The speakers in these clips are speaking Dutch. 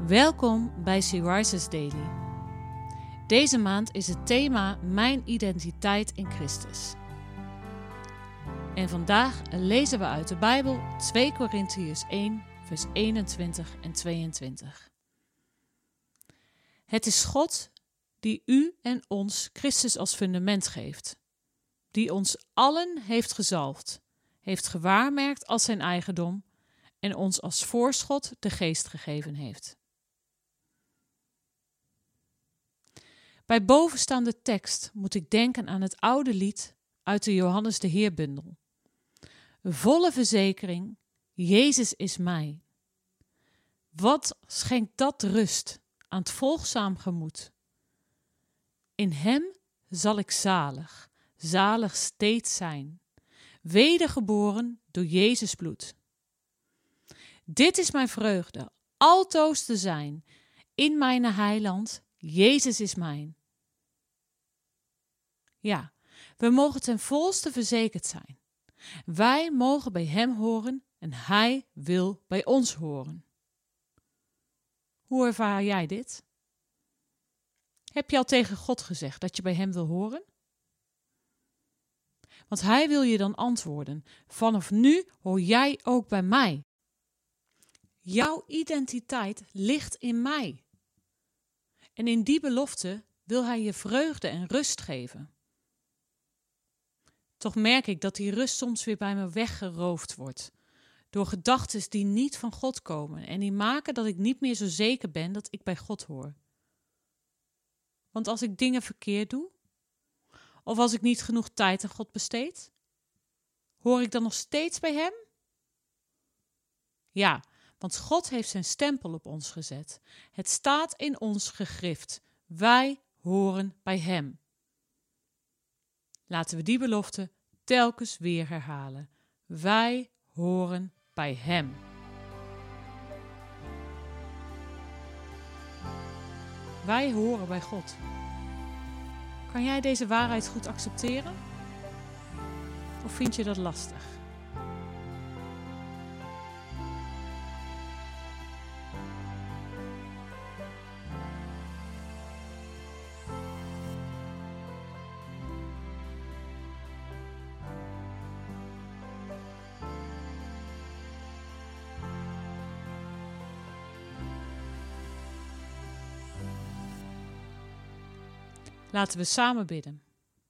Welkom bij She Rises Daily. Deze maand is het thema Mijn identiteit in Christus. En vandaag lezen we uit de Bijbel 2 Korintiërs 1, vers 21 en 22. Het is God die u en ons Christus als fundament geeft, die ons allen heeft gezalfd, heeft gewaarmerkt als zijn eigendom en ons als voorschot de geest gegeven heeft. Bij bovenstaande tekst moet ik denken aan het oude lied uit de Johannes de Heerbundel. Volle verzekering, Jezus is mij. Wat schenkt dat rust aan het volgzaam gemoed. In hem zal ik zalig steeds zijn, wedergeboren door Jezus bloed. Dit is mijn vreugde, altoos te zijn, in mijn heiland, Jezus is mijn. Ja, we mogen ten volste verzekerd zijn. Wij mogen bij hem horen en hij wil bij ons horen. Hoe ervaar jij dit? Heb je al tegen God gezegd dat je bij hem wil horen? Want hij wil je dan antwoorden: vanaf nu hoor jij ook bij mij. Jouw identiteit ligt in mij. En in die belofte wil hij je vreugde en rust geven. Toch merk ik dat die rust soms weer bij me weggeroofd wordt. Door gedachten die niet van God komen en die maken dat ik niet meer zo zeker ben dat ik bij God hoor. Want als ik dingen verkeerd doe, of als ik niet genoeg tijd aan God besteed, hoor ik dan nog steeds bij hem? Ja, want God heeft zijn stempel op ons gezet. Het staat in ons gegrift. Wij horen bij hem. Laten we die belofte telkens weer herhalen. Wij horen bij hem. Wij horen bij God. Kan jij deze waarheid goed accepteren? Of vind je dat lastig? Laten we samen bidden.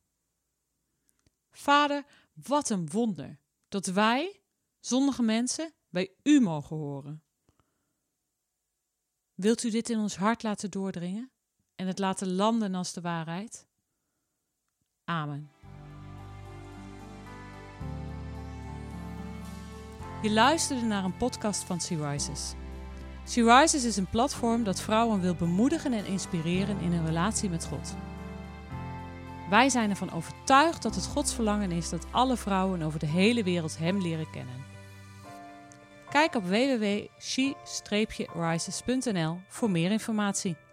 Vader, wat een wonder dat wij, zondige mensen, bij u mogen horen. Wilt u dit in ons hart laten doordringen en het laten landen als de waarheid? Amen. Je luisterde naar een podcast van She Rises. She Rises is een platform dat vrouwen wil bemoedigen en inspireren in hun relatie met God. Wij zijn ervan overtuigd dat het Gods verlangen is dat alle vrouwen over de hele wereld hem leren kennen. Kijk op www.she-rises.nl voor meer informatie.